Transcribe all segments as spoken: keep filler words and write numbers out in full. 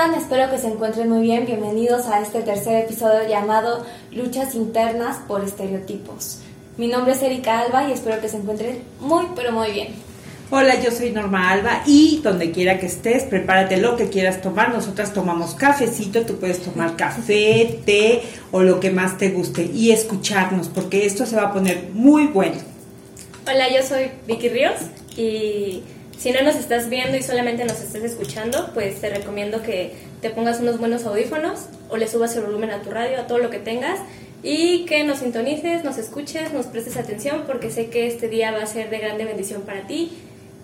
están? Espero que se encuentren muy bien. Bienvenidos a este tercer episodio llamado Luchas Internas por Estereotipos. Mi nombre es Erika Alba y espero que se encuentren muy, pero muy bien. Hola, yo soy Norma Alba y donde quiera que estés, prepárate lo que quieras tomar. Nosotras tomamos cafecito, tú puedes tomar café, té o lo que más te guste y escucharnos porque esto se va a poner muy bueno. Hola, yo soy Vicky Ríos y si no nos estás viendo y solamente nos estás escuchando, pues te recomiendo que te pongas unos buenos audífonos o le subas el volumen a tu radio, a todo lo que tengas y que nos sintonices, nos escuches, nos prestes atención porque sé que este día va a ser de grande bendición para ti.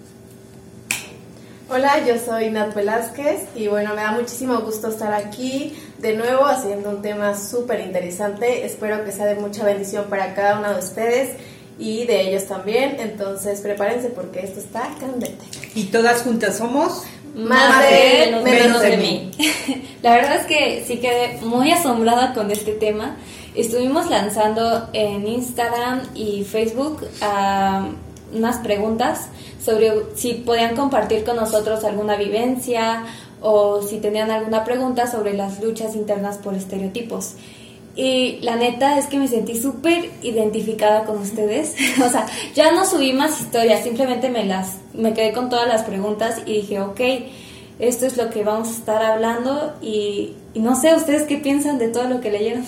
Hola, yo soy Nat Velázquez y bueno, me da muchísimo gusto estar aquí de nuevo haciendo un tema súper interesante. Espero que sea de mucha bendición para cada uno de ustedes y de ellos también, entonces prepárense porque esto está candente. Y todas juntas somos más de él, menos, menos de, de mí. La verdad es que sí quedé muy asombrada con este tema. Estuvimos lanzando en Instagram y Facebook uh, unas preguntas sobre si podían compartir con nosotros alguna vivencia o si tenían alguna pregunta sobre las luchas internas por estereotipos. Y la neta es que me sentí súper identificada con ustedes. O sea, ya no subí más historias, simplemente me las me quedé con todas las preguntas y dije, ok, esto es lo que vamos a estar hablando y, y no sé, ¿ustedes qué piensan de todo lo que leyeron?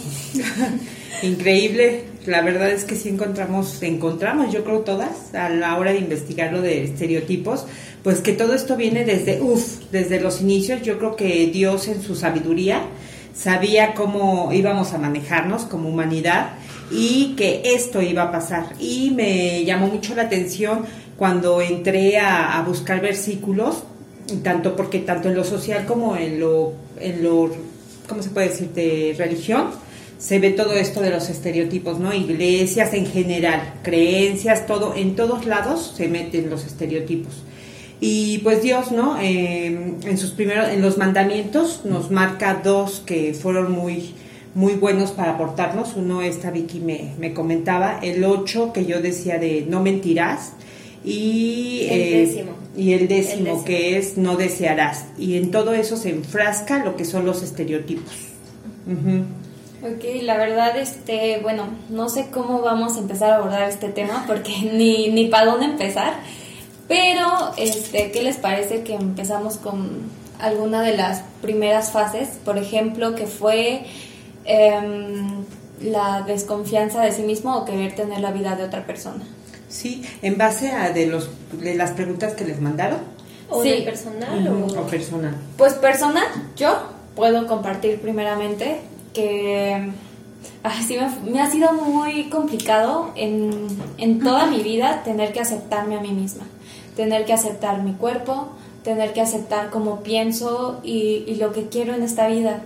Increíble, la verdad es que sí encontramos, encontramos yo creo todas, a la hora de investigar lo de estereotipos, pues que todo esto viene desde, uff, desde los inicios. Yo creo que Dios en su sabiduría sabía cómo íbamos a manejarnos como humanidad y que esto iba a pasar. Y me llamó mucho la atención cuando entré a, a buscar versículos, tanto porque tanto en lo social como en lo, en lo, ¿cómo se puede decir?, de religión, se ve todo esto de los estereotipos, ¿no? Iglesias en general, creencias, todo, en todos lados se meten los estereotipos. Y pues Dios, ¿no? Eh, en sus primeros, en los mandamientos nos marca dos que fueron muy, muy buenos para aportarnos. Uno, esta Vicky me, me comentaba, el ocho que yo decía de no mentirás y el eh, décimo y el décimo, el décimo que es no desearás. Y en todo eso se enfrasca lo que son los estereotipos. Uh-huh. Ok, la verdad, este, bueno, no sé cómo vamos a empezar a abordar este tema porque ni, ni para dónde empezar. Pero, este, ¿qué les parece que empezamos con alguna de las primeras fases? Por ejemplo, que fue eh, la desconfianza de sí mismo o querer tener la vida de otra persona. Sí, en base a de los de las preguntas que les mandaron. ¿O sí. de personal? Uh-huh. o... o personal. Pues personal, yo puedo compartir primeramente que ay, sí me, me ha sido muy complicado en, en toda mi vida tener que aceptarme a mí misma. Tener que aceptar mi cuerpo, tener que aceptar cómo pienso y, y lo que quiero en esta vida.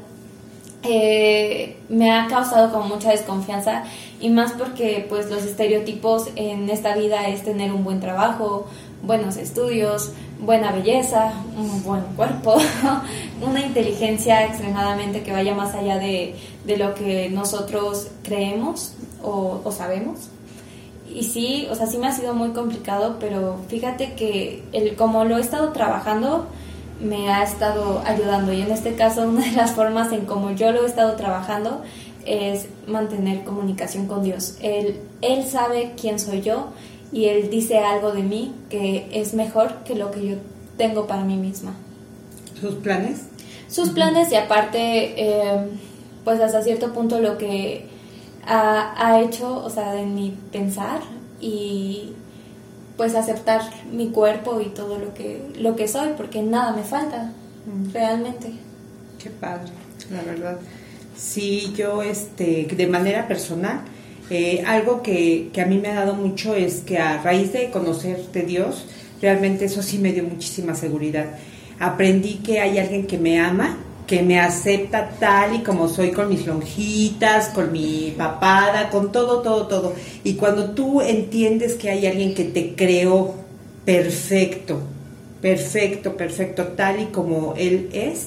Eh, me ha causado como mucha desconfianza y más porque pues los estereotipos en esta vida es tener un buen trabajo, buenos estudios, buena belleza, un buen cuerpo, una inteligencia extremadamente que vaya más allá de, de lo que nosotros creemos o, o sabemos. Y sí, o sea, sí me ha sido muy complicado, pero fíjate que el, como lo he estado trabajando, me ha estado ayudando. Y en este caso, una de las formas en cómo yo lo he estado trabajando es mantener comunicación con Dios. Él, él sabe quién soy yo y Él dice algo de mí que es mejor que lo que yo tengo para mí misma. ¿Sus planes? Sus uh-huh. planes y aparte, eh, pues hasta cierto punto lo que Ha, ha hecho, o sea, de mi pensar y pues aceptar mi cuerpo y todo lo que lo que soy, porque nada me falta, mm. realmente. Qué padre, la verdad. Sí, yo este de manera personal, eh, algo que, que a mí me ha dado mucho es que a raíz de conocer de Dios, realmente eso sí me dio muchísima seguridad. Aprendí que hay alguien que me ama, que me acepta tal y como soy, con mis lonjitas, con mi papada, con todo, todo, todo. Y cuando tú entiendes que hay alguien que te creó perfecto, perfecto, perfecto, tal y como él es,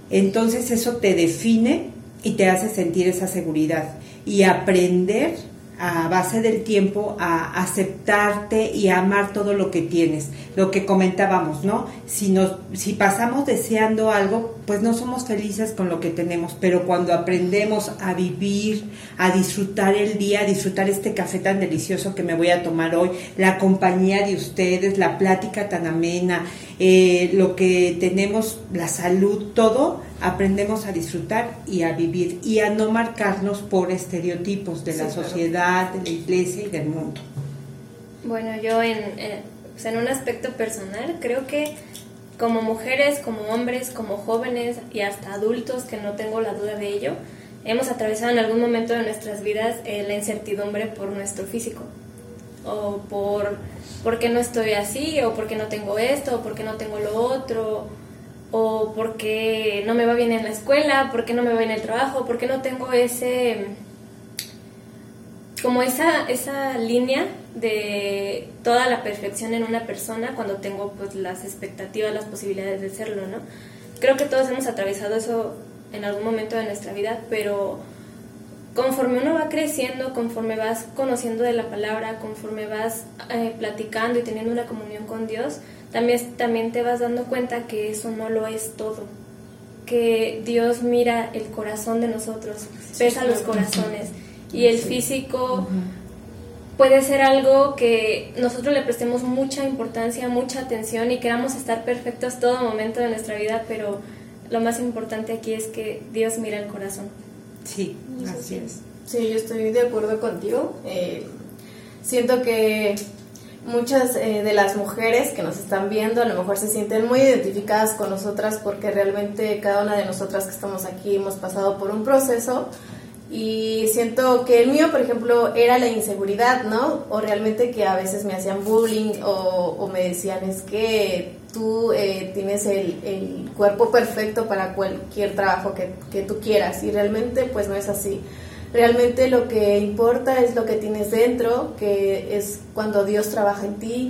entonces eso te define y te hace sentir esa seguridad. Y aprender a base del tiempo a aceptarte y a amar todo lo que tienes, lo que comentábamos, ¿no? Si nos, si pasamos deseando algo, pues no somos felices con lo que tenemos, pero cuando aprendemos a vivir, a disfrutar el día, a disfrutar este café tan delicioso que me voy a tomar hoy, la compañía de ustedes, la plática tan amena, eh, lo que tenemos, la salud, todo, aprendemos a disfrutar y a vivir y a no marcarnos por estereotipos de la sí, sociedad, claro. de la iglesia y del mundo. Bueno, yo en, en, o sea, en un aspecto personal creo que como mujeres, como hombres, como jóvenes y hasta adultos, que no tengo la duda de ello, hemos atravesado en algún momento de nuestras vidas eh, la incertidumbre por nuestro físico, o por por qué no estoy así, o por qué no tengo esto, o por qué no tengo lo otro, o por qué no me va bien en la escuela, por qué no me va bien en el trabajo, por qué no tengo ese, como esa, esa línea de toda la perfección en una persona cuando tengo pues las expectativas, las posibilidades de serlo, ¿no? Creo que todos hemos atravesado eso en algún momento de nuestra vida, pero conforme uno va creciendo, conforme vas conociendo de la palabra, conforme vas eh, platicando y teniendo una comunión con Dios, también, también te vas dando cuenta que eso no lo es todo, que Dios mira el corazón de nosotros, pesa los corazones, y el físico puede ser algo que nosotros le prestemos mucha importancia, mucha atención y queramos estar perfectos todo momento de nuestra vida, pero lo más importante aquí es que Dios mira el corazón. Sí, así es. Sí, yo estoy de acuerdo contigo. Eh, siento que muchas eh, de las mujeres que nos están viendo a lo mejor se sienten muy identificadas con nosotras porque realmente cada una de nosotras que estamos aquí hemos pasado por un proceso, y siento que el mío, por ejemplo, era la inseguridad, ¿no? O realmente que a veces me hacían bullying o, o me decían es que tú eh, tienes el, el cuerpo perfecto para cualquier trabajo que, que tú quieras, y realmente pues no es así. Realmente lo que importa es lo que tienes dentro, que es cuando Dios trabaja en ti,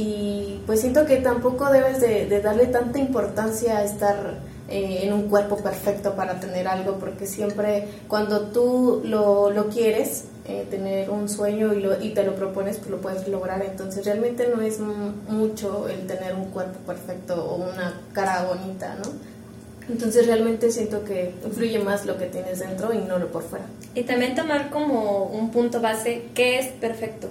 y pues siento que tampoco debes de, de darle tanta importancia a estar eh, en un cuerpo perfecto para tener algo, porque siempre cuando tú lo, lo quieres, eh, tener un sueño y, lo, y te lo propones, pues lo puedes lograr. Entonces realmente no es m- mucho el tener un cuerpo perfecto o una cara bonita, ¿no? Entonces realmente siento que influye más lo que tienes dentro y no lo por fuera. Y también tomar como un punto base, ¿qué es perfecto?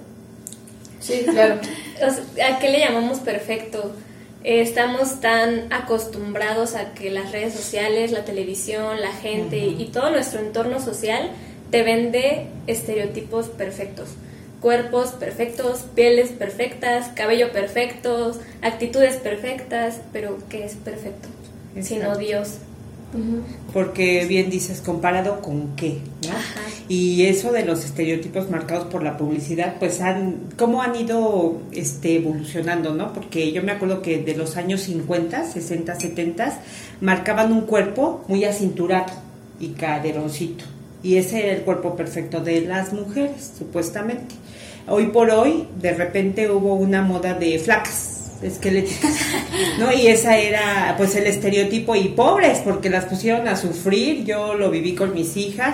Sí, claro. O sea, ¿a qué le llamamos perfecto? Eh, estamos tan acostumbrados a que las redes sociales, la televisión, la gente uh-huh. y todo nuestro entorno social te vende estereotipos perfectos. Cuerpos perfectos, pieles perfectas, cabello perfectos, actitudes perfectas, pero ¿qué es perfecto? Exacto. Sino Dios. Uh-huh. Porque bien dices, comparado con qué, ¿no? Ajá. Y eso de los estereotipos marcados por la publicidad, pues han, cómo han ido este, evolucionando, ¿no? Porque yo me acuerdo que de los años cincuenta, sesenta, setenta, marcaban un cuerpo muy acinturado y caderoncito, y ese era el cuerpo perfecto de las mujeres, supuestamente. Hoy por hoy, de repente hubo una moda de flacas, esqueléticas, ¿no? Y esa era pues el estereotipo, y pobres porque las pusieron a sufrir. Yo lo viví con mis hijas,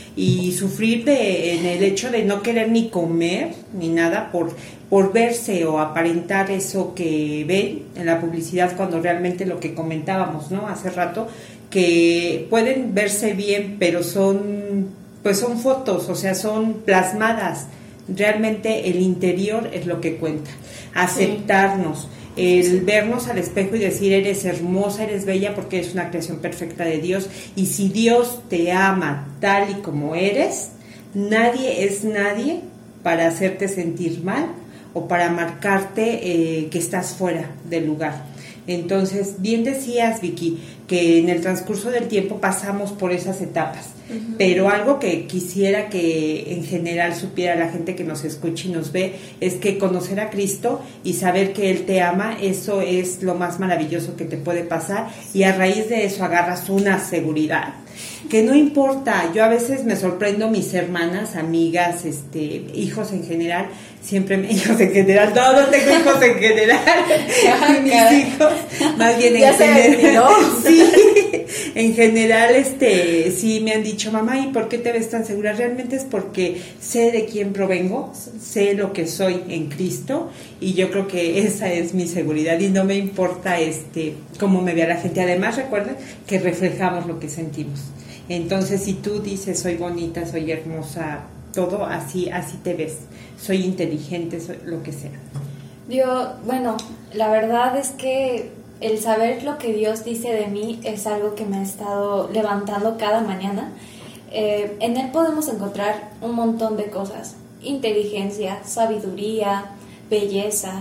y sufrir de, en el hecho de no querer ni comer ni nada por, por verse o aparentar eso que ven en la publicidad, cuando realmente lo que comentábamos, ¿no? Hace rato, que pueden verse bien, pero son pues son fotos, o sea, son plasmadas. Realmente el interior es lo que cuenta. Aceptarnos, el sí. vernos al espejo y decir eres hermosa, eres bella, porque eres una creación perfecta de Dios, y si Dios te ama tal y como eres, nadie es nadie para hacerte sentir mal o para marcarte eh, que estás fuera del lugar. Entonces, bien decías, Vicky, que en el transcurso del tiempo pasamos por esas etapas, uh-huh. pero algo que quisiera que en general supiera la gente que nos escucha y nos ve, es que conocer a Cristo y saber que Él te ama, eso es lo más maravilloso que te puede pasar, y a raíz de eso agarras una seguridad que no importa. Yo a veces me sorprendo, mis hermanas, amigas, este, hijos en general, siempre me, hijos en general, no, no tengo hijos en general, mis hijos, más bien en ya general, sí, en general, este, sí me han dicho, mamá, ¿y por qué te ves tan segura? Realmente es porque sé de quién provengo, sé lo que soy en Cristo, y yo creo que esa es mi seguridad, y no me importa este cómo me vea la gente. Además, recuerda que reflejamos lo que sentimos. Entonces, si tú dices, soy bonita, soy hermosa, todo así, así te ves, soy inteligente, soy lo que sea. Yo, bueno, la verdad es que el saber lo que Dios dice de mí es algo que me ha estado levantando cada mañana. Eh, en Él podemos encontrar un montón de cosas: inteligencia, sabiduría, belleza,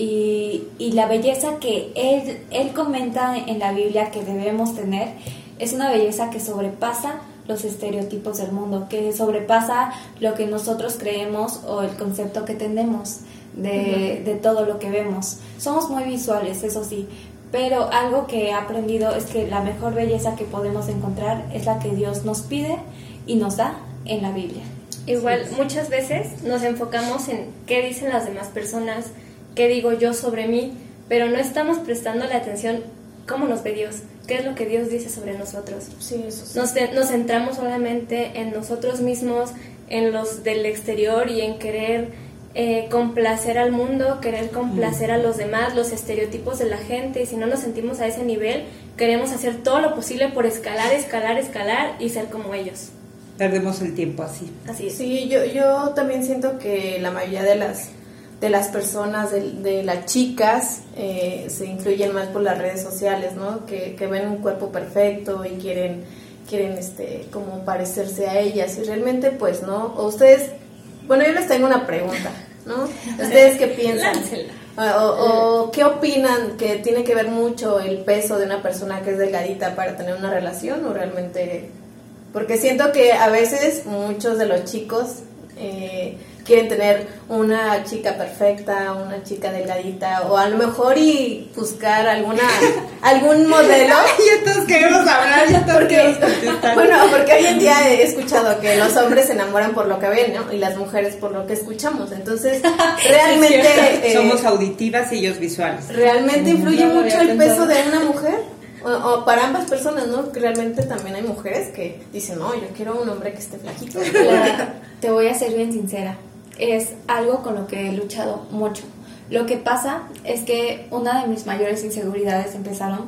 y, y la belleza que él, él comenta en la Biblia que debemos tener es una belleza que sobrepasa los estereotipos del mundo, que sobrepasa lo que nosotros creemos o el concepto que tenemos de, uh-huh. de todo lo que vemos. Somos muy visuales, eso sí, pero algo que he aprendido es que la mejor belleza que podemos encontrar es la que Dios nos pide y nos da en la Biblia. Igual, sí, muchas veces nos enfocamos en qué dicen las demás personas, qué digo yo sobre mí, pero no estamos prestando la atención cómo nos ve Dios, qué es lo que Dios dice sobre nosotros. Sí, eso sí. Nos, nos centramos solamente en nosotros mismos, en los del exterior y en querer eh, complacer al mundo, querer complacer a los demás, los estereotipos de la gente, y si no nos sentimos a ese nivel, queremos hacer todo lo posible por escalar, escalar, escalar y ser como ellos. Perdemos el tiempo así. Así es. Sí, yo, yo también siento que la mayoría de las de las personas, de, de las chicas, eh, se influyen más por las redes sociales, ¿no? Que, que ven un cuerpo perfecto y quieren, quieren este, como parecerse a ellas, y realmente pues no. O ustedes, bueno, yo les tengo una pregunta, ¿no? ¿Ustedes qué piensan? O, o qué opinan que tiene que ver mucho el peso de una persona que es delgadita para tener una relación, o realmente? Porque siento que a veces muchos de los chicos eh, quieren tener una chica perfecta, una chica delgadita, o a lo mejor y buscar alguna algún modelo. Ya todos queremos hablar, ya todos porque, queremos contestar. Bueno, porque hoy en día he escuchado que los hombres se enamoran por lo que ven, ¿no? Y las mujeres por lo que escuchamos. Entonces, realmente... Eh, somos auditivas y ellos visuales. ¿Realmente influye no mucho el peso de una mujer? O, o para ambas personas, ¿no? Que realmente también hay mujeres que dicen, no, yo quiero un hombre que esté flaquito. La, te voy a ser bien sincera. Es algo con lo que he luchado mucho. Lo que pasa es que una de mis mayores inseguridades empezaron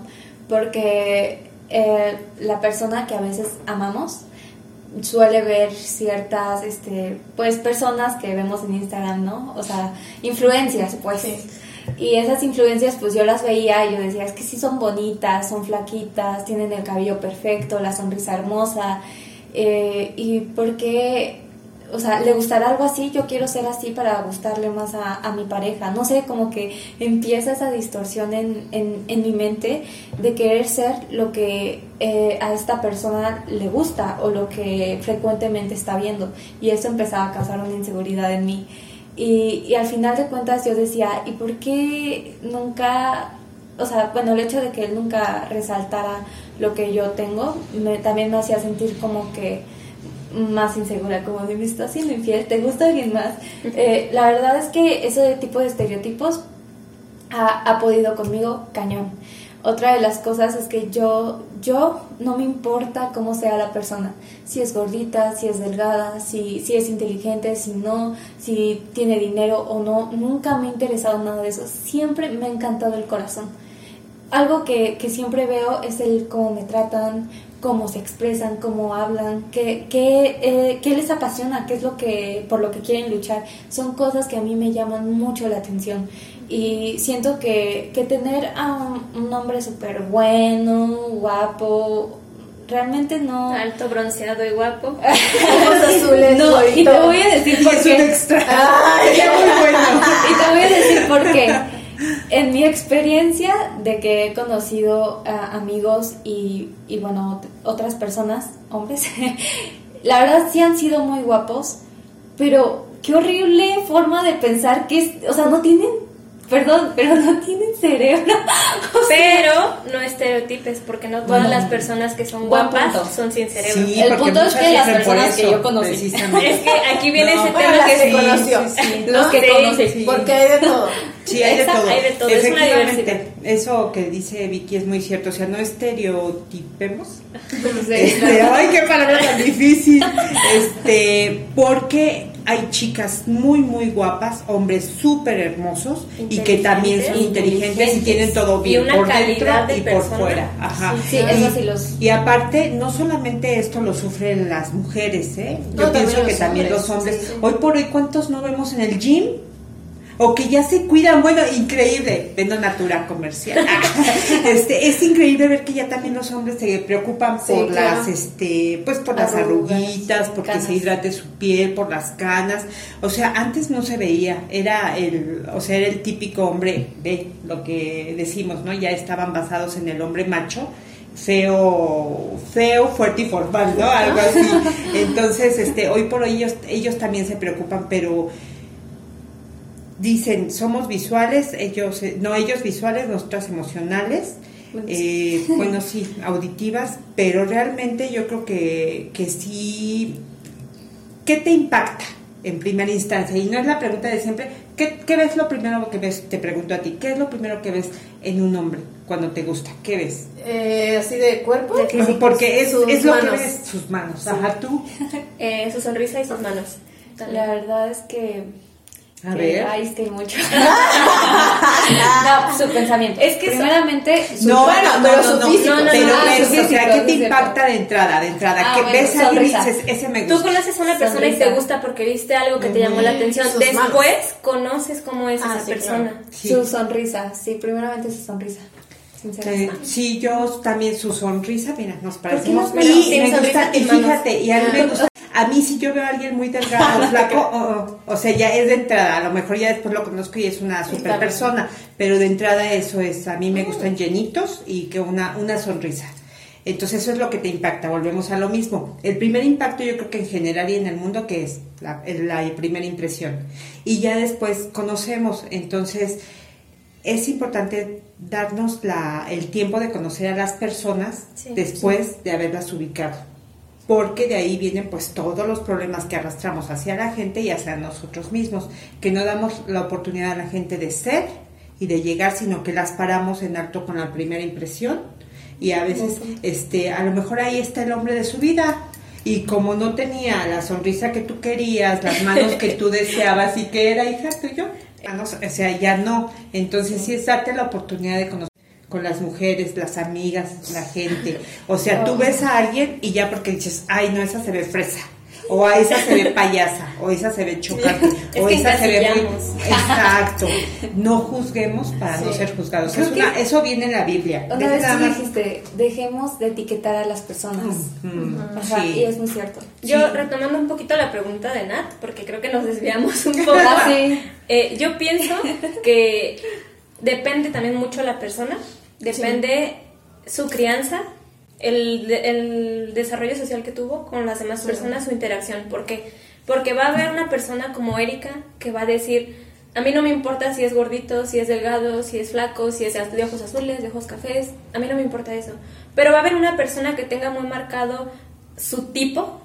porque eh, la persona que a veces amamos suele ver ciertas, este, pues, personas que vemos en Instagram, ¿no? O sea, influencias, pues. Sí. Y esas influencias, pues yo las veía y yo decía, es que sí son bonitas, son flaquitas, tienen el cabello perfecto, la sonrisa hermosa. Eh, ¿Y por qué? O sea, ¿le gustará algo así? Yo quiero ser así para gustarle más a, a mi pareja. No sé, como que empieza esa distorsión en, en, en mi mente de querer ser lo que eh, a esta persona le gusta o lo que frecuentemente está viendo. Y eso empezaba a causar una inseguridad en mí. Y, y al final de cuentas yo decía, ¿y por qué nunca...? O sea, bueno, el hecho de que él nunca resaltara lo que yo tengo me, también me hacía sentir como que más insegura, como de me está haciendo infiel, ¿te gusta alguien más? Eh, la verdad es que ese tipo de estereotipos ha, ha podido conmigo cañón. Otra de las cosas es que yo, yo no me importa cómo sea la persona, si es gordita, si es delgada, si, si es inteligente, si no, si tiene dinero o no, nunca me ha interesado nada de eso, siempre me ha encantado el corazón. Algo que, que siempre veo es el cómo me tratan, cómo se expresan, cómo hablan, qué, qué, eh, qué les apasiona, qué es lo que por lo que quieren luchar. Son cosas que a mí me llaman mucho la atención. Y siento que, que tener a un, un hombre súper bueno, guapo, realmente no... Alto, bronceado y guapo. Ojos azules, no, y te voy a decir por qué. Es un extra. Ay, qué muy bueno. Y te voy a decir por qué. En mi experiencia de que he conocido a amigos y, y bueno, otras personas, hombres, la verdad sí han sido muy guapos, pero qué horrible forma de pensar que es, o sea, no tienen, perdón, pero no tienen cerebro. O sea, pero no estereotipes, porque no todas bueno, las personas que son buen guapas punto. son sin cerebro. Sí, el porque punto es muchas que las sufren por personas que eso, yo conocí. precisamente. Es que aquí viene No, ese bueno, tema las que que sí, conoció. sí, sí. Los ¿no? que Sí, conocí. sí. Porque hay de todo. Sí, hay de todo, todo. Hay de todo, es una Efectivamente, eso que dice Vicky es muy cierto, o sea, no estereotipemos. Sí. Este, ay, qué palabra tan difícil. Este, porque hay chicas muy, muy guapas, hombres súper hermosos y que también son inteligentes y tienen todo bien y una por dentro calidad de y persona. por fuera. Ajá. Sí, eso sí los... Y aparte, no solamente esto lo sufren las mujeres, ¿eh? Yo No, pienso también que los también hombres, los hombres. sí, sí. Hoy por hoy, ¿cuántos no vemos en el gym? O que ya se cuidan, bueno, increíble, vendo Natura comercial. este, es increíble ver que ya también los hombres se preocupan Sí, por claro. las, este, pues por las Arrugas, arruguitas, porque canas. se hidrate su piel, por las canas. O sea, antes no se veía, era el, o sea, era el típico hombre, ve lo que decimos, ¿no? Ya estaban basados en el hombre macho, feo, feo, fuerte y formal, ¿no? Algo así. Entonces, este, hoy por hoy ellos, ellos también se preocupan, pero dicen, somos visuales, ellos, eh, no, ellos visuales, nosotras emocionales, eh, bueno, sí, auditivas, pero realmente yo creo que, que sí, ¿qué te impacta en primera instancia? Y no es la pregunta de siempre, ¿qué, qué ves lo primero que ves? Te pregunto a ti, ¿qué es lo primero que ves en un hombre cuando te gusta? ¿Qué ves? Eh, así de cuerpo. De físico. Porque es, Sus es lo manos. que ves, sus manos, ajá, tú. Eh, su sonrisa y sus manos. La verdad es que... A que- ver. Ay, es que hay mucho. No, su pensamiento. Es que primeramente, su No, bueno, no, pero no, su no, físico. no, No, no, pero no, ves, su o sea, físico, ¿qué te sí, cierto. impacta de entrada? De entrada, Ah, que bueno, ves a alguien y sonrisa. dices, ese me gusta. Tú conoces a una persona y te Sonrisa. gusta porque viste algo que te llamó la atención. Sus Después manos. conoces cómo es Ah, esa sí, persona. claro. Sí. su sonrisa. Sí, primeramente su sonrisa. Eh, Sinceramente. sí, yo también su sonrisa, mira, nos parecemos. Pero Y sin me sonrisa gusta, y y manos. fíjate, y a mí me gusta, a mí si yo veo a alguien muy delgado, flaco, o, o sea, ya es de entrada, a lo mejor ya después lo conozco y es una super claro. persona, pero de entrada eso es, a mí me gustan llenitos y que una, una sonrisa. Entonces eso es lo que te impacta, volvemos a lo mismo. El primer impacto yo creo que en general y en el mundo, que es la, la primera impresión. Y ya después conocemos, entonces es importante darnos la, el tiempo de conocer a las personas Sí, después de haberlas ubicado. Porque de ahí vienen pues todos los problemas que arrastramos hacia la gente y hacia nosotros mismos, que no damos la oportunidad a la gente de ser y de llegar, sino que las paramos en alto con la primera impresión. Y a veces, este, a lo mejor ahí está el hombre de su vida. Y como no tenía la sonrisa que tú querías, las manos que tú deseabas y que era hija tuyo, o sea, ya no. Entonces sí es darte la oportunidad de conocer con las mujeres, las amigas, la gente. O sea, tú ves a alguien y ya porque dices, ay, no, esa se ve fresa. O a esa se ve payasa, o esa se ve chocante, Es o que esa se ve muy... encasillamos. Exacto. No juzguemos para no Sí. ser juzgados. Creo Es una- que- eso viene en la Biblia. Una Vete vez nada tú más- dijiste, dejemos de etiquetar a las personas. Mm, Ajá, sí. y es muy cierto. Yo, Sí. retomando un poquito la pregunta de Nat, porque creo que nos desviamos un poco. Ah, sí. Eh, yo pienso que depende también mucho la persona, depende su crianza, el, el desarrollo social que tuvo con las demás personas, su interacción. ¿Por qué? Porque va a haber una persona como Erika que va a decir, a mí no me importa si es gordito, si es delgado, si es flaco, si es de ojos azules, de ojos cafés, a mí no me importa eso. Pero va a haber una persona que tenga muy marcado su tipo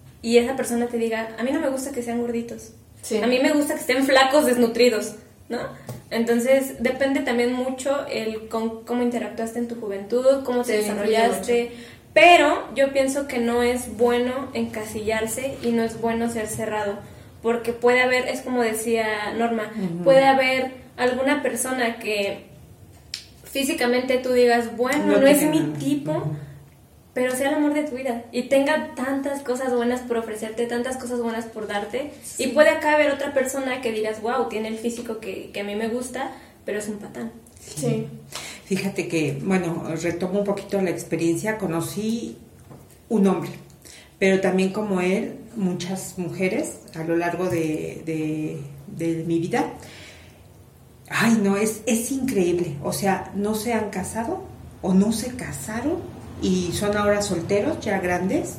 y esa persona te diga, a mí no me gusta que sean gorditos. Sí. A mí me gusta que estén flacos, desnutridos, ¿no? Entonces depende también mucho el con, cómo interactuaste en tu juventud, cómo te Sí, desarrollaste, pero yo pienso que no es bueno encasillarse y no es bueno ser cerrado, porque puede haber, es como decía Norma, uh-huh. puede haber alguna persona que físicamente tú digas, bueno, no, no es mi tipo, uh-huh. pero sea el amor de tu vida y tenga tantas cosas buenas por ofrecerte, tantas cosas buenas por darte, sí. y puede acá haber otra persona que digas, wow, tiene el físico que, que a mí me gusta, pero es un patán. Sí. sí. Fíjate que, bueno, retomo un poquito la experiencia, conocí un hombre, pero también como él, muchas mujeres a lo largo de, de, de mi vida. Ay, no, es, es increíble, o sea, no se han casado o no se casaron y son ahora solteros, ya grandes,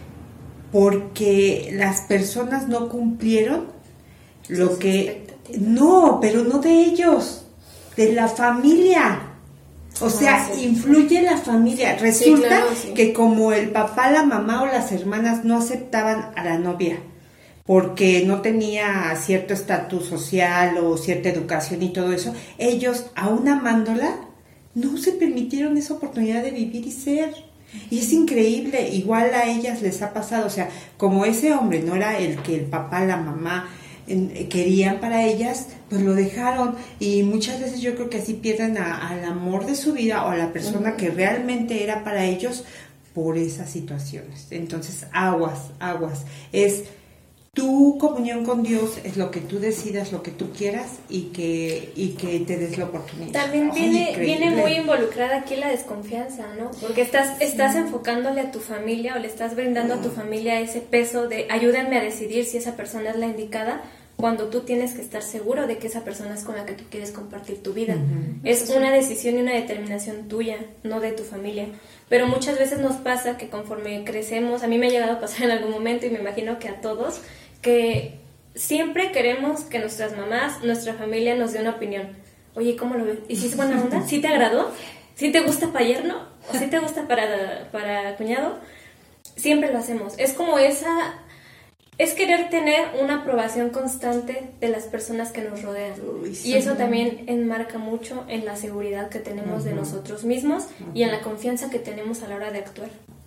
porque las personas no cumplieron lo que... No, pero no de ellos, de la familia. O sea, ah, sí. influye la familia. Resulta sí, claro, sí. que como el papá, la mamá o las hermanas no aceptaban a la novia porque no tenía cierto estatus social o cierta educación y todo eso, ellos, aún amándola, no se permitieron esa oportunidad de vivir y ser. Y es increíble, igual a ellas les ha pasado, o sea, como ese hombre no era el que el papá, la mamá en, querían para ellas, pues lo dejaron, y muchas veces yo creo que así pierden a, al amor de su vida o a la persona que realmente era para ellos por esas situaciones. Entonces, aguas, aguas, es tu comunión con Dios, es lo que tú decidas, lo que tú quieras, y que y que te des la oportunidad. También Oh, viene, increíble. viene muy involucrada aquí la desconfianza, ¿no? Porque estás, estás enfocándole a tu familia o le estás brindando a tu familia ese peso de ayúdenme a decidir si esa persona es la indicada, cuando tú tienes que estar seguro de que esa persona es con la que tú quieres compartir tu vida. Uh-huh. Es una decisión y una determinación tuya, no de tu familia. Pero muchas veces nos pasa que conforme crecemos, a mí me ha llegado a pasar en algún momento y me imagino que a todos, que siempre queremos que nuestras mamás, nuestra familia nos dé una opinión. Oye, ¿cómo lo ves? ¿Y si es buena onda? ¿Sí te agradó? ¿Sí te gusta para yerno? ¿O sí te gusta para, para cuñado? Siempre lo hacemos. Es como esa... Es querer tener una aprobación constante de las personas que nos rodean. Uy, sí. Y eso también enmarca mucho en la seguridad que tenemos uh-huh. de nosotros mismos uh-huh. y en la confianza que tenemos a la hora de actuar.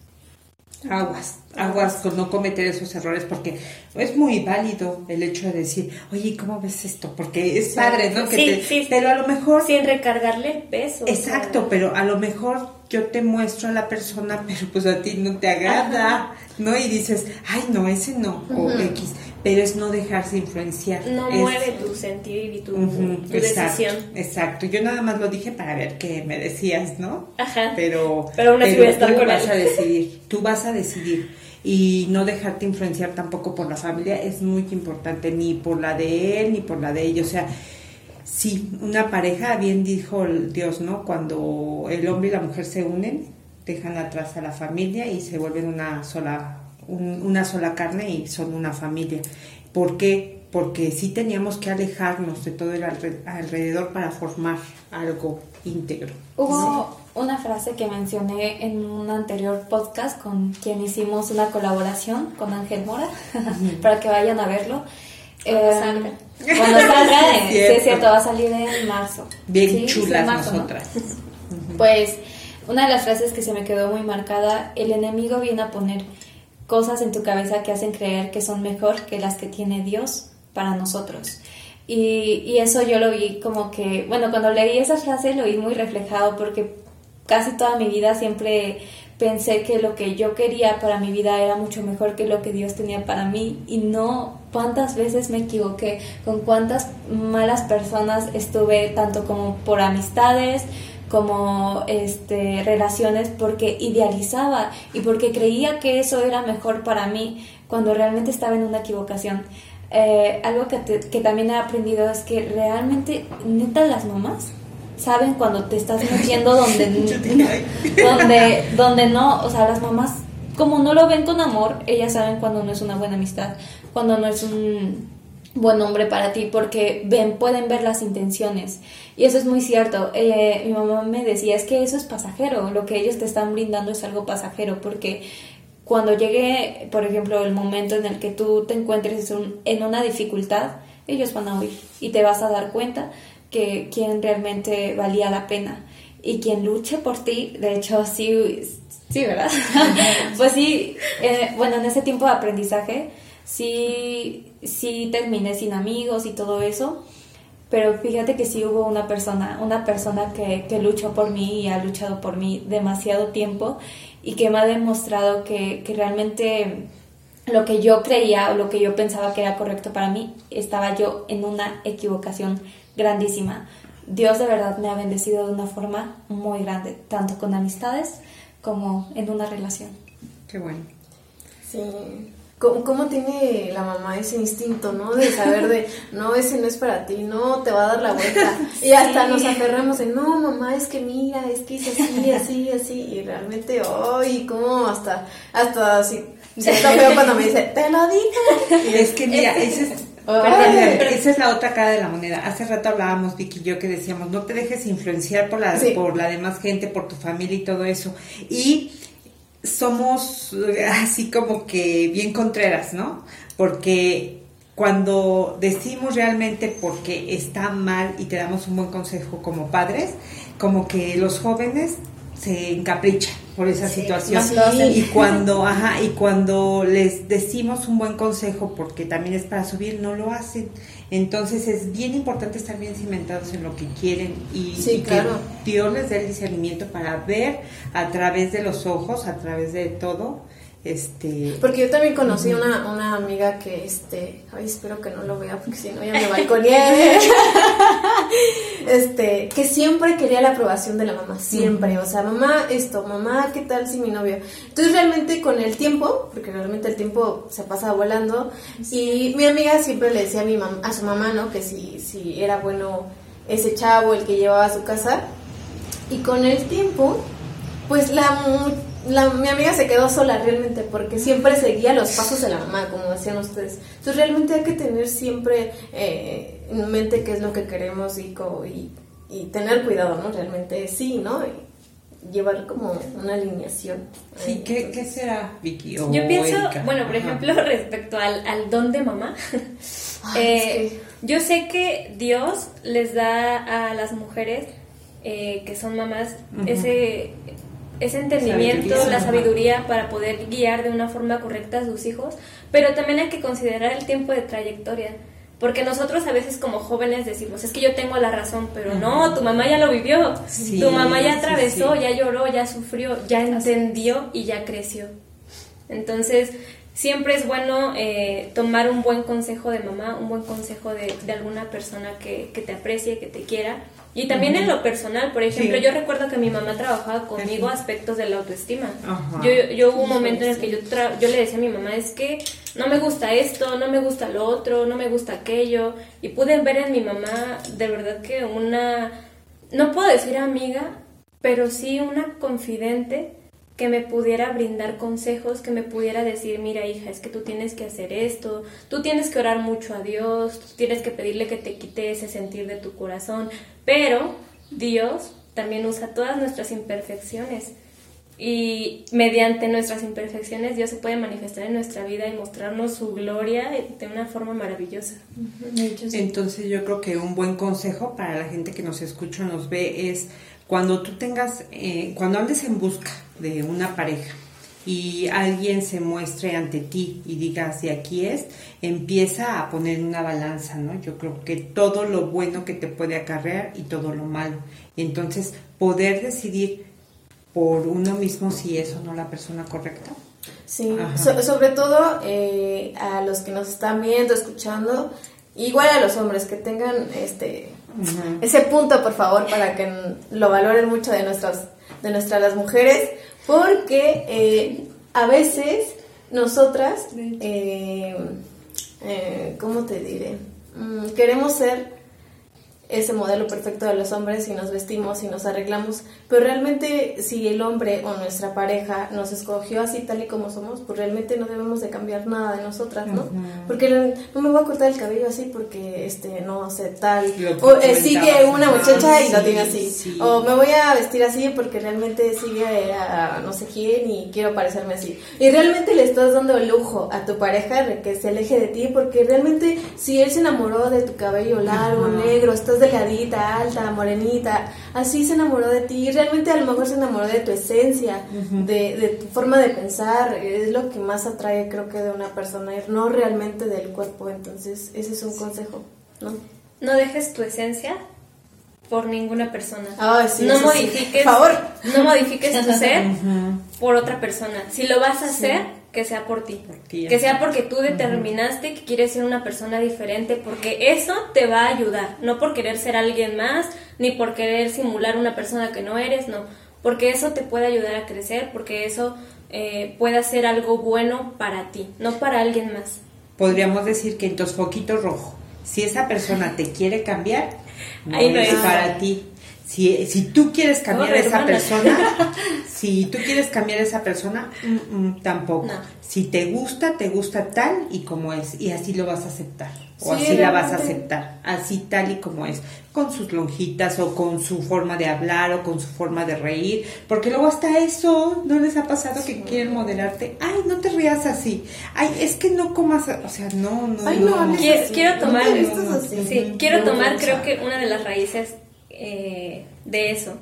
Aguas, aguas con no cometer esos errores, porque es muy válido el hecho de decir, oye, ¿cómo ves esto? Porque es padre, ¿no? Que sí, te, sí, pero a lo mejor... Sin recargarle peso. Exacto, o sea, pero a lo mejor yo te muestro a la persona, pero pues a ti no te agrada, ajá. ¿no? Y dices, ay, no, ese no, uh-huh. o X, pero es no dejarse influenciar. No es, mueve tu sentir y tu, uh-huh, tu exacto, decisión. Exacto, yo nada más lo dije para ver qué me decías, ¿no? Ajá. Pero, pero aún así voy a estar tú con vas él. a decidir, tú vas a decidir. Y no dejarte influenciar tampoco por la familia es muy importante, ni por la de él, ni por la de ella, o sea... Sí, una pareja, bien dijo Dios, ¿no? Cuando el hombre y la mujer se unen, dejan atrás a la familia y se vuelven una sola, un, una sola carne y son una familia. ¿Por qué? Porque sí teníamos que alejarnos de todo el alrededor para formar algo íntegro. Hubo sí. una frase que mencioné en un anterior podcast con quien hicimos una colaboración con Ángel Mora, uh-huh. para que vayan a verlo. Cuando eh, salga. Cuando salga, es sí, es cierto, va a salir en marzo. Bien ¿sí? chulas marzo, nosotras. ¿no? Uh-huh. Pues una de las frases que se me quedó muy marcada, el enemigo viene a poner cosas en tu cabeza que hacen creer que son mejor que las que tiene Dios para nosotros. Y, y eso yo lo vi como que, bueno, cuando leí esa frase lo vi muy reflejado, porque casi toda mi vida siempre pensé que lo que yo quería para mi vida era mucho mejor que lo que Dios tenía para mí, y no, cuántas veces me equivoqué, con cuántas malas personas estuve, tanto como por amistades, como este relaciones, porque idealizaba y porque creía que eso era mejor para mí, cuando realmente estaba en una equivocación. Eh, algo que, te, que también he aprendido es que realmente, neta, las mamás saben cuando te estás metiendo donde no, donde donde no, o sea, las mamás, como no lo ven con amor, ellas saben cuando no es una buena amistad, cuando no es un buen hombre para ti, porque ven, pueden ver las intenciones, y eso es muy cierto. Eh, mi mamá me decía, es que eso es pasajero, lo que ellos te están brindando es algo pasajero, porque cuando llegue, por ejemplo, el momento en el que tú te encuentres en una dificultad, ellos van a huir y te vas a dar cuenta que quien realmente valía la pena y quien luche por ti. De hecho, sí, sí, ¿verdad? Pues sí, eh, bueno, en ese tiempo de aprendizaje sí, sí terminé sin amigos y todo eso, pero fíjate que sí hubo una persona, una persona que, que luchó por mí y ha luchado por mí demasiado tiempo, y que me ha demostrado que, que realmente lo que yo creía o lo que yo pensaba que era correcto para mí, estaba yo en una equivocación grandísima. Dios de verdad me ha bendecido de una forma muy grande, tanto con amistades como en una relación. Qué bueno. Sí. ¿Cómo, ¿Cómo tiene la mamá ese instinto, no? De saber de, no, ese no es para ti, no, te va a dar la vuelta. Y sí. Hasta nos aferramos en, no, mamá, es que mira, es que es así, así, así. Y realmente, ¡ay! Oh, ¿cómo? Hasta, hasta así. Siento feo cuando me dice, te lo dije. Y es que mira, ese es... Oh, esa es la otra cara de la moneda. Hace rato hablábamos, Vicky y yo, que decíamos, no te dejes influenciar por la, sí. por la demás gente, por tu familia y todo eso. Y somos así como que bien contreras, ¿no? Porque cuando decimos realmente porque está mal y te damos un buen consejo como padres, como que los jóvenes se encaprichan por esa sí, situación. Sí. Y cuando, ajá, y cuando les decimos un buen consejo porque también es para su bien, no lo hacen. Entonces es bien importante estar bien cimentados en lo que quieren y, sí, y claro. que Dios les dé el discernimiento para ver a través de los ojos, a través de todo. Este, porque yo también conocí uh-huh. una, una amiga que este ay espero que no lo vea porque si no ya me balconeé este que siempre quería la aprobación de la mamá, siempre, uh-huh. o sea, mamá esto, mamá qué tal si mi novio, entonces realmente con el tiempo, porque realmente el tiempo se pasa volando, sí. Y mi amiga siempre le decía a mi mam- a su mamá, ¿no? Que si, si era bueno ese chavo el que llevaba a su casa, y con el tiempo pues la La, mi amiga se quedó sola realmente porque siempre seguía los pasos de la mamá, como decían ustedes. Entonces realmente hay que tener siempre eh, en mente qué es lo que queremos y, y, y tener cuidado, ¿no? Realmente sí, ¿no? Y llevar como una alineación. Sí, ¿qué, ¿qué será, Vicky? O yo pienso, Erika? bueno, por ejemplo, Ajá. respecto al, al don de mamá, Ay, eh, es que... yo sé que Dios les da a las mujeres eh, que son mamás uh-huh. ese... ese entendimiento, sabiduría, la sabiduría para poder guiar de una forma correcta a sus hijos, pero también hay que considerar el tiempo de trayectoria, porque nosotros a veces como jóvenes decimos, es que yo tengo la razón, pero uh-huh. no, tu mamá ya lo vivió, sí, tu mamá ya atravesó, sí, sí. ya lloró, ya sufrió, ya entendió y ya creció. Entonces, siempre es bueno eh, tomar un buen consejo de mamá, un buen consejo de, de alguna persona que, que te aprecie, que te quiera. Y también uh-huh. en lo personal, por ejemplo, sí. yo recuerdo que mi mamá trabajaba conmigo sí. aspectos de la autoestima. Uh-huh. Yo, yo hubo un momento en el que yo, tra- yo le decía a mi mamá, es que no me gusta esto, no me gusta lo otro, no me gusta aquello. Y pude ver en mi mamá, de verdad que una, no puedo decir amiga, pero sí una confidente que me pudiera brindar consejos, que me pudiera decir, mira hija, es que tú tienes que hacer esto, tú tienes que orar mucho a Dios, tú tienes que pedirle que te quite ese sentir de tu corazón, pero Dios también usa todas nuestras imperfecciones y mediante nuestras imperfecciones Dios se puede manifestar en nuestra vida y mostrarnos su gloria de una forma maravillosa. Entonces yo creo que un buen consejo para la gente que nos escucha o nos ve es cuando tú tengas, eh, cuando andes en busca de una pareja y alguien se muestre ante ti y digas de aquí es, empieza a poner una balanza, ¿no? Yo creo que todo lo bueno que te puede acarrear y todo lo malo. Entonces, poder decidir por uno mismo si es o no la persona correcta. Sí, so, sobre todo eh, a los que nos están viendo, escuchando, igual a los hombres que tengan este uh-huh. ese punto, por favor, para que lo valoren mucho de nuestras de nuestras las mujeres, porque eh, a veces nosotras, eh, eh, ¿cómo te diré? Mm, queremos ser ese modelo perfecto de los hombres y nos vestimos y nos arreglamos, pero realmente si el hombre o nuestra pareja nos escogió así tal y como somos, pues realmente no debemos de cambiar nada de nosotras, ¿no? Uh-huh. Porque no me voy a cortar el cabello así porque este no sé tal, o eh, sigue una muchacha y sí, lo tiene así, sí. O me voy a vestir así porque realmente sigue a no sé quién y quiero parecerme así, y realmente le estás dando el lujo a tu pareja de que se aleje de ti, porque realmente si él se enamoró de tu cabello largo, uh-huh. negro, estás delgadita, alta, morenita, así se enamoró de ti, realmente a lo mejor se enamoró de tu esencia, uh-huh. de, de tu forma de pensar, es lo que más atrae creo que de una persona, no realmente del cuerpo. Entonces ese es un consejo, ¿no? No dejes tu esencia por ninguna persona. Oh, sí, no sí, modifiques, sí. Por favor. No modifiques tu ser uh-huh. por otra persona. Si lo vas a hacer, sí. que sea por ti, por ti que sea porque tú determinaste uh-huh. que quieres ser una persona diferente, porque eso te va a ayudar, no por querer ser alguien más, ni por querer simular una persona que no eres, no, porque eso te puede ayudar a crecer, porque eso eh, puede hacer algo bueno para ti, no para alguien más. Podríamos decir que en tus foquitos rojos, si esa persona te quiere cambiar, no Ahí no es es para ti. Si, si tú quieres cambiar Corre, a esa hermana. persona, si tú quieres cambiar a esa persona, mm, mm, tampoco. No. Si te gusta, te gusta tal y como es, y así lo vas a aceptar. o Sí, así la vas a realmente. aceptar, así tal y como es, con sus lonjitas o con su forma de hablar o con su forma de reír, porque luego hasta eso, ¿no les ha pasado que quieren modelarte? Ay, no te rías así, ay, es que no comas, o sea, no, no, Ay, no, no, hables Quiero, así. quiero tomar, No te vistas así. sí, quiero No, tomar no, creo no. que una de las raíces eh, de eso.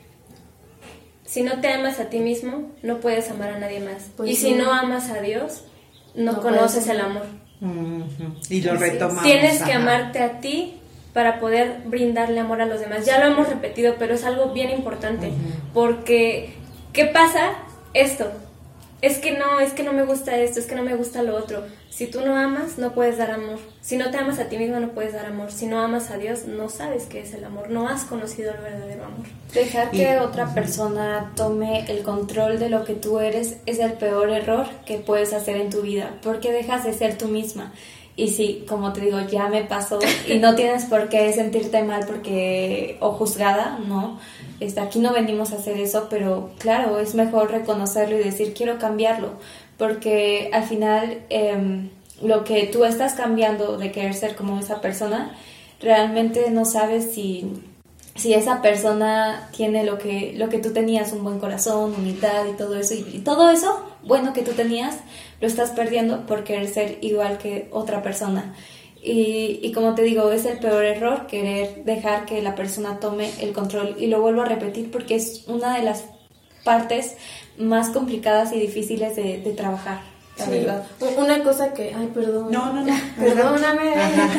Si no te amas a ti mismo, no puedes amar a nadie más. Pues y si sí. no amas a Dios, no, No conoces puedes. el amor. Ujú, y lo Así es. retomamos. Tienes que ajá. amarte a ti para poder brindarle amor a los demás. Ya lo hemos repetido, pero es algo bien importante. Porque, ¿qué pasa? Esto. Es que no, es que no me gusta esto, es que no me gusta lo otro. Si tú no amas, no puedes dar amor. Si no te amas a ti mismo, no puedes dar amor. Si no amas a Dios, no sabes qué es el amor. No has conocido el verdadero amor. Dejar Y- que otra persona tome el control de lo que tú eres es el peor error que puedes hacer en tu vida, porque dejas de ser tú misma. Y sí, como te digo, ya me pasó y no tienes por qué sentirte mal porque o juzgada, no. Este, aquí no venimos a hacer eso, pero claro, es mejor reconocerlo y decir quiero cambiarlo, porque al final em, lo que tú estás cambiando de querer ser como esa persona, realmente no sabes si si esa persona tiene lo que lo que tú tenías, un buen corazón, humildad y todo eso, y, y todo eso bueno que tú tenías, lo estás perdiendo por querer ser igual que otra persona. Y, y como te digo, es el peor error querer dejar que la persona tome el control. Y lo vuelvo a repetir porque es una de las partes más complicadas y difíciles de, de trabajar, la Sí. verdad. Una cosa que, ay, perdón. No, no, no. Perdóname.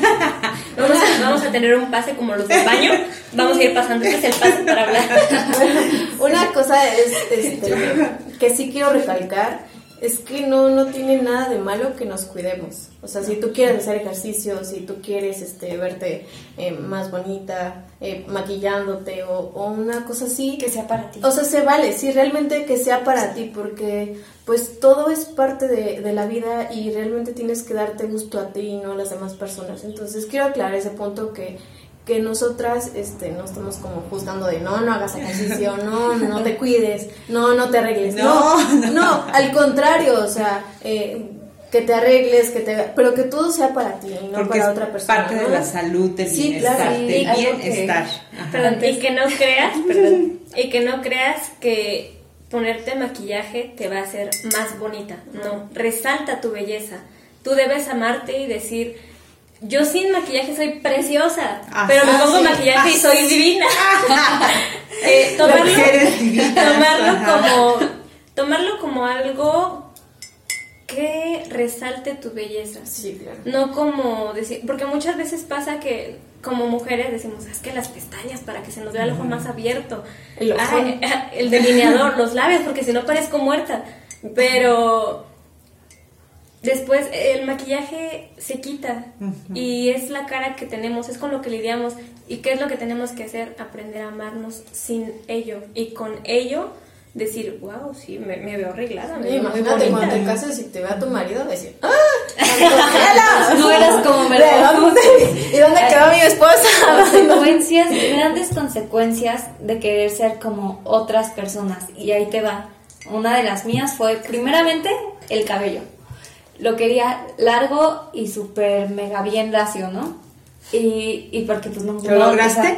Vamos a, vamos a tener un pase como los del baño. Vamos a ir pasando. Este es el pase para hablar. Una cosa es este, que sí quiero recalcar, es que no, no tiene nada de malo que nos cuidemos. O sea, si tú quieres hacer ejercicio, si tú quieres este, verte eh, más bonita, eh, maquillándote o, o una cosa así, Que sea para ti. o sea, se vale, sí, realmente que sea para ti, porque pues todo es parte de, de la vida y realmente tienes que darte gusto a ti y no a las demás personas. Entonces quiero aclarar ese punto que, que nosotras este, no estamos como juzgando de no, no hagas ejercicio, no, no te cuides, no, no te arregles. No, no, no, al contrario, o sea, eh, que te arregles, que te, pero que todo sea para ti y no Porque para es otra persona. parte ¿no? de la salud, del Sí, bienestar, claro, sí, del algo que- bienestar. Ajá. Perdón, y que no creas, perdón, y que no creas que ponerte maquillaje te va a hacer más bonita. No, resalta tu belleza. Tú debes amarte y decir, yo sin maquillaje soy preciosa, Ah, pero me ah, pongo sí. maquillaje y Ah, soy sí. divina. Eh, Las tomarlo, mujeres divinas, tomarlo ajá. como, tomarlo como algo que resalte tu belleza. Sí, claro. No como decir, porque muchas veces pasa que como mujeres decimos, es que las pestañas para que se nos vea el ojo más abierto, El ojón. Ay, el delineador, los labios, porque si no parezco muerta. Pero después el maquillaje se quita y es la cara que tenemos, es con lo que lidiamos. ¿Y qué es lo que tenemos que hacer? Aprender a amarnos sin ello y con ello decir, wow, sí, me, me veo arreglada, me Sí, veo muy imagínate bonita. cuando te cases y te vea tu marido, va a decir, ¡ah! ¡Antonella! No eras como me ¿De lo dónde- ¿Y dónde quedó mi esposa? Consecuencias, grandes consecuencias de querer ser como otras personas. Y ahí te va. Una de las mías fue, primeramente, el cabello. Lo quería largo y súper mega bien lacio, ¿no? Y, y porque pues no... ¿Lo no, lograste? o sea,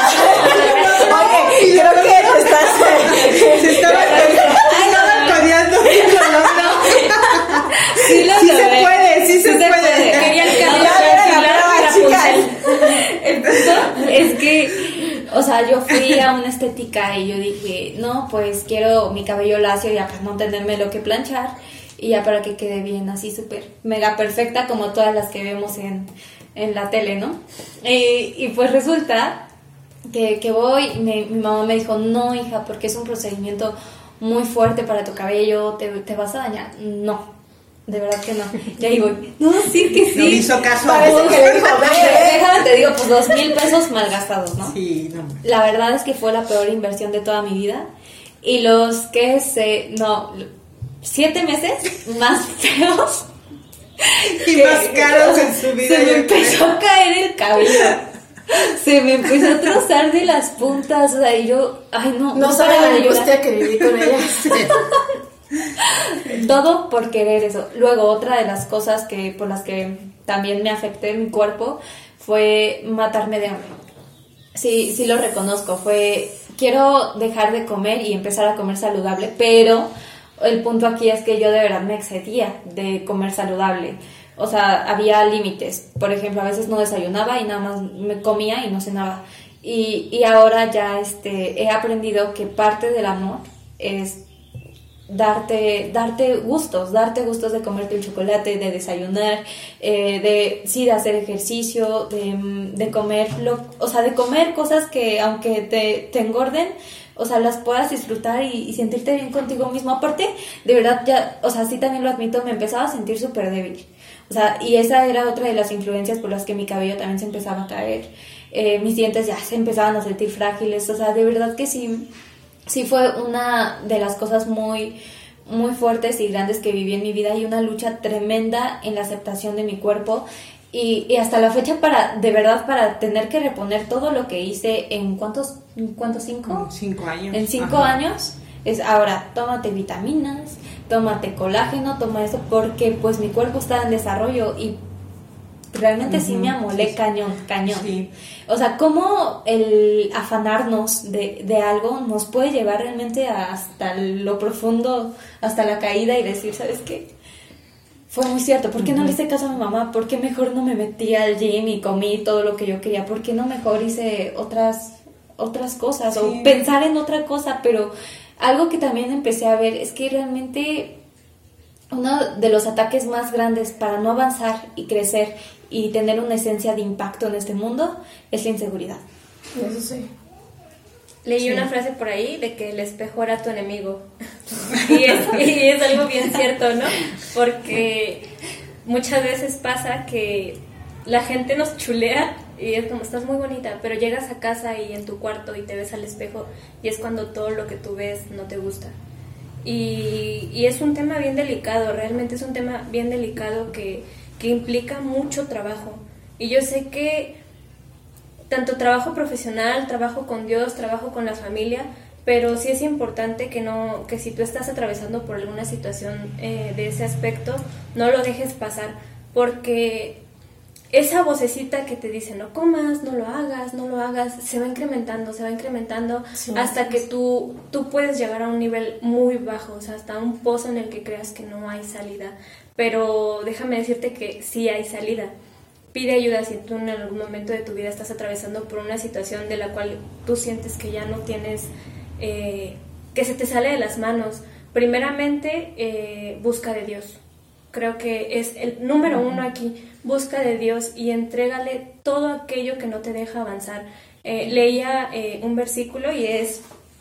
Oye, creo que te estás... Se estaba, Ay, no, estaba no, no. coreando y lo logró. sí, lo Sí se logré. puede, sí se puede. Quería el cabello Ya, ya, ya, circular, ya, Rapunzel. El punto es que, o sea, yo fui a una estética y yo dije, no, pues quiero mi cabello lacio ya para no tenerme lo que planchar y ya para que quede bien, así súper mega perfecta como todas las que vemos en, en la tele, ¿no? Y, y pues resulta que, que voy y me- mi mamá me dijo, no, hija, porque es un procedimiento muy fuerte para tu cabello, te, te vas a dañar. No, de verdad que no. Y ahí voy, no, sí que sí. No me hizo caso a Parece vos. que le dijo, ve, ve. Déjame te digo, pues dos mil pesos malgastados, ¿no? Sí, no. La verdad es que fue la peor inversión de toda mi vida. Y los que se... No, siete meses más feos. Y más caros en su vida. Se me yo empezó creo. a caer el cabello. Se me empezó a trozar de las puntas. O sea, y yo... Ay, no. No no sabe paraba la de llorar. angustia que viví con ella. Todo por querer eso. Luego, otra de las cosas que por las que también me afecté en mi cuerpo fue matarme de hambre. Sí, sí lo reconozco, fue quiero dejar de comer y empezar a comer saludable, pero el punto aquí es que yo de verdad me excedía de comer saludable. O sea, había límites. Por ejemplo, a veces no desayunaba y nada más me comía y no cenaba. Y, y ahora ya este, he aprendido que parte del amor es darte darte gustos, darte gustos de comerte un chocolate, de desayunar, eh, de sí, de hacer ejercicio, de, de comer, lo, o sea, de comer cosas que aunque te, te engorden, o sea, las puedas disfrutar y, y sentirte bien contigo mismo. Aparte, de verdad, ya, o sea, sí también lo admito, me empezaba a sentir súper débil. O sea, y esa era otra de las influencias por las que mi cabello también se empezaba a caer. Eh, mis dientes ya se empezaban a sentir frágiles. O sea, de verdad que sí, sí fue una de las cosas muy, muy fuertes y grandes que viví en mi vida y una lucha tremenda en la aceptación de mi cuerpo. Y, y hasta la fecha, para de verdad, para tener que reponer todo lo que hice en ¿cuántos? ¿Cuántos? ¿Cinco? Cinco años. En cinco Ajá. años, es ahora, tómate vitaminas, tómate colágeno, toma eso, porque pues mi cuerpo está en desarrollo y realmente uh-huh. sí me amolé sí, cañón, cañón. Sí. O sea, cómo el afanarnos de, de algo nos puede llevar realmente hasta lo profundo, hasta la caída y decir, ¿sabes qué? Fue muy cierto, ¿por qué no le hice caso a mi mamá? ¿Por qué mejor no me metí al gym y comí todo lo que yo quería? ¿Por qué no mejor hice otras, otras cosas? Sí. O pensar en otra cosa, pero algo que también empecé a ver es que realmente uno de los ataques más grandes para no avanzar y crecer y tener una esencia de impacto en este mundo es la inseguridad. Eso sí. Leí sí. una frase por ahí de que el espejo era tu enemigo. Y es, y es algo bien cierto, ¿no? Porque muchas veces pasa que la gente nos chulea y es como, estás muy bonita, pero llegas a casa y en tu cuarto y te ves al espejo y es cuando todo lo que tú ves no te gusta. Y, y es un tema bien delicado, realmente es un tema bien delicado que, que implica mucho trabajo. Y yo sé que tanto trabajo profesional, trabajo con Dios, trabajo con la familia, pero sí es importante que no, que si tú estás atravesando por alguna situación eh, de ese aspecto, no lo dejes pasar, porque esa vocecita que te dice no comas, no lo hagas, no lo hagas, se va incrementando, se va incrementando sí, hasta sí, que sí. tú tú puedes llegar a un nivel muy bajo, o sea, hasta un pozo en el que creas que no hay salida. Pero déjame decirte que sí hay salida. Pide ayuda si tú en algún momento de tu vida estás atravesando por una situación de la cual tú sientes que ya no tienes, eh, que se te sale de las manos. Primeramente, eh, busca de Dios. Creo que es el número uno aquí. Busca de Dios y entrégale todo aquello que no te deja avanzar. Eh, leía eh, un versículo y es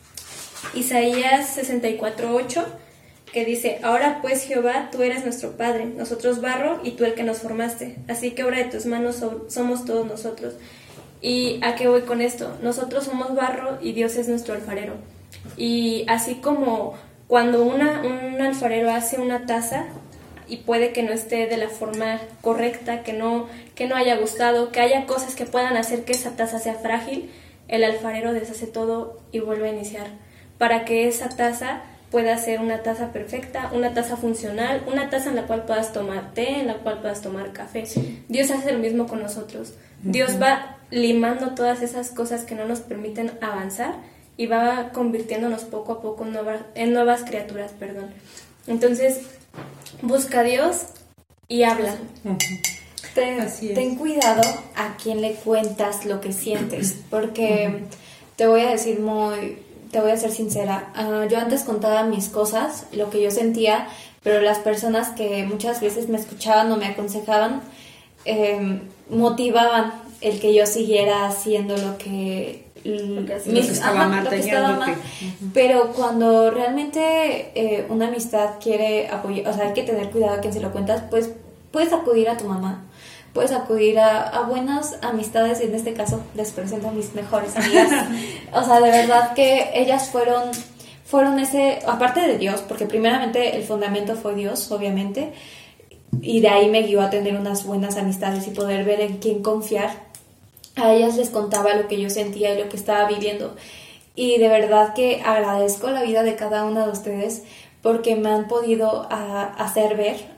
Isaías sesenta y cuatro ocho, que dice: ahora pues, Jehová, tú eres nuestro Padre, nosotros barro y tú el que nos formaste, así que obra de tus manos so- somos todos nosotros. ¿Y a qué voy con esto? Nosotros somos barro y Dios es nuestro alfarero. Y así como cuando una, un alfarero hace una taza y puede que no esté de la forma correcta, que no, que no haya gustado, que haya cosas que puedan hacer que esa taza sea frágil, el alfarero deshace todo y vuelve a iniciar, para que esa taza pueda ser una taza perfecta, una taza funcional, una taza en la cual puedas tomar té, en la cual puedas tomar café. Sí. Dios hace lo mismo con nosotros. Uh-huh. Dios va limando todas esas cosas que no nos permiten avanzar y va convirtiéndonos poco a poco en, nueva, en nuevas criaturas, perdón. Entonces, busca a Dios y habla. Uh-huh. Ten, ten cuidado a quién le cuentas lo que sientes, porque uh-huh. te voy a decir muy... Te voy a ser sincera, uh, yo antes contaba mis cosas, lo que yo sentía, pero las personas que muchas veces me escuchaban o me aconsejaban eh, motivaban el que yo siguiera haciendo lo que, lo que, mis, lo que estaba ajá, mal, lo que estaba mal. Que, uh-huh. Pero cuando realmente eh, una amistad quiere apoyar, o sea, hay que tener cuidado a quien se lo cuentas, pues puedes acudir a tu mamá. Puedes acudir a, a buenas amistades y en este caso les presento a mis mejores amigas. O sea, de verdad que ellas fueron, fueron ese, aparte de Dios, porque primeramente el fundamento fue Dios, obviamente, y de ahí me guió a tener unas buenas amistades y poder ver en quién confiar. A ellas les contaba lo que yo sentía y lo que estaba viviendo. Y de verdad que agradezco la vida de cada una de ustedes porque me han podido a, hacer ver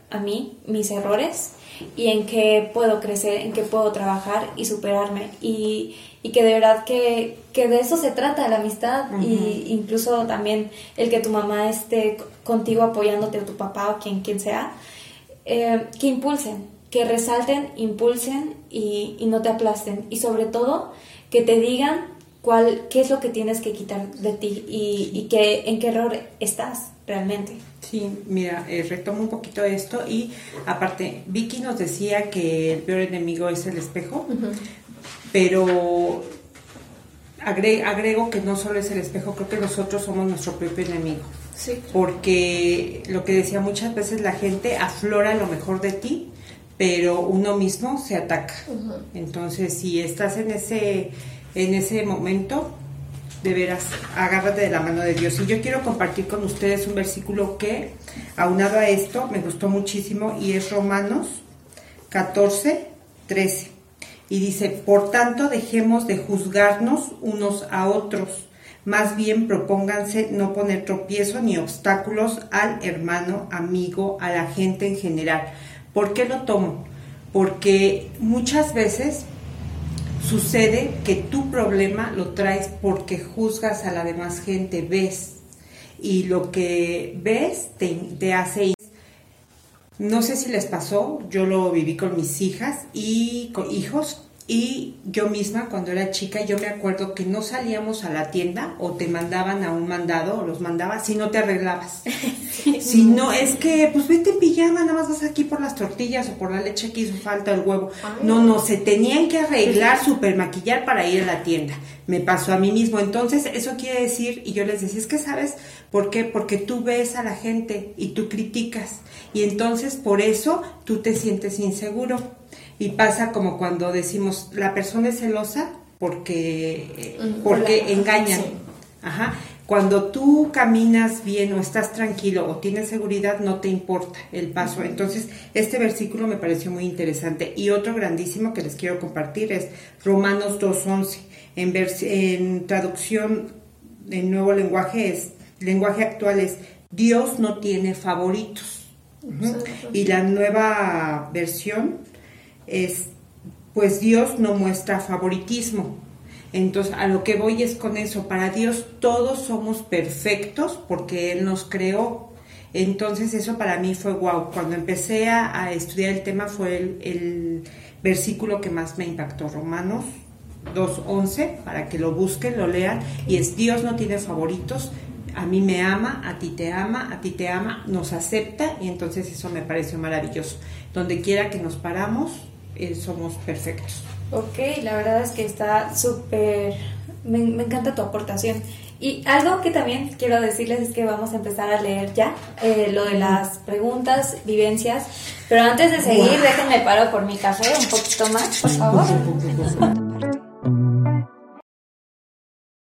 a mí, mis errores, y en qué puedo crecer, en qué puedo trabajar y superarme. Y, y que de verdad que, que de eso se trata la amistad. Uh-huh. Y incluso también el que tu mamá esté contigo apoyándote, o tu papá o quien, quien sea, eh, que impulsen, que resalten, impulsen y, y no te aplasten. Y sobre todo, que te digan cuál, qué es lo que tienes que quitar de ti y, y que, en qué error estás realmente. Sí, mira, eh, retomo un poquito esto y aparte, Vicky nos decía que el peor enemigo es el espejo, uh-huh. pero agrego, agrego que no solo es el espejo, creo que nosotros somos nuestro propio enemigo. Sí. Porque lo que decía muchas veces la gente aflora lo mejor de ti, pero uno mismo se ataca. Uh-huh. Entonces, si estás en ese, en ese momento, de veras, agárrate de la mano de Dios. Y yo quiero compartir con ustedes un versículo que, aunado a esto, me gustó muchísimo, y es Romanos catorce, trece. Y dice: por tanto, dejemos de juzgarnos unos a otros, más bien propónganse no poner tropiezo ni obstáculos al hermano, amigo, a la gente en general. ¿Por qué lo tomo? Porque muchas veces sucede que tu problema lo traes porque juzgas a la demás gente, ves, y lo que ves te, te hace... No sé si les pasó, yo lo viví con mis hijas y con hijos, y yo misma cuando era chica, yo me acuerdo que no salíamos a la tienda o te mandaban a un mandado o los mandaba si no te arreglabas. Sí. Si no, es que pues vete en pijama, nada más vas aquí por las tortillas o por la leche que hizo falta, el huevo. Ay, no, no, se tenían que arreglar, super maquillar para ir a la tienda. Me pasó a mí mismo. Entonces, eso quiere decir, y yo les decía, es que ¿sabes por qué? Porque tú ves a la gente y tú criticas. Y entonces, por eso, tú te sientes inseguro. Y pasa como cuando decimos, la persona es celosa porque, porque Hola. engañan. Sí. Ajá. Cuando tú caminas bien o estás tranquilo o tienes seguridad, no te importa el paso. Entonces, este versículo me pareció muy interesante. Y otro grandísimo que les quiero compartir es Romanos dos once. En, vers- en traducción, en nuevo lenguaje, es lenguaje actual es: Dios no tiene favoritos. Uh-huh. Y la nueva versión es, pues Dios no muestra favoritismo. Entonces, a lo que voy es con eso. Para Dios todos somos perfectos porque Él nos creó. Entonces, eso para mí fue wow. Cuando empecé a, a estudiar el tema fue el, el versículo que más me impactó, Romanos dos once, para que lo busquen, lo lean. Y es: Dios no tiene favoritos. A mí me ama, a ti te ama, a ti te ama, nos acepta. Y entonces eso me pareció maravilloso. Donde quiera que nos paramos, eh, somos perfectos. Ok, la verdad es que está súper, me, me encanta tu aportación. Y algo que también quiero decirles es que vamos a empezar a leer ya eh, lo de las preguntas, vivencias. Pero antes de seguir, wow. déjenme paro por mi café un poquito más, por favor.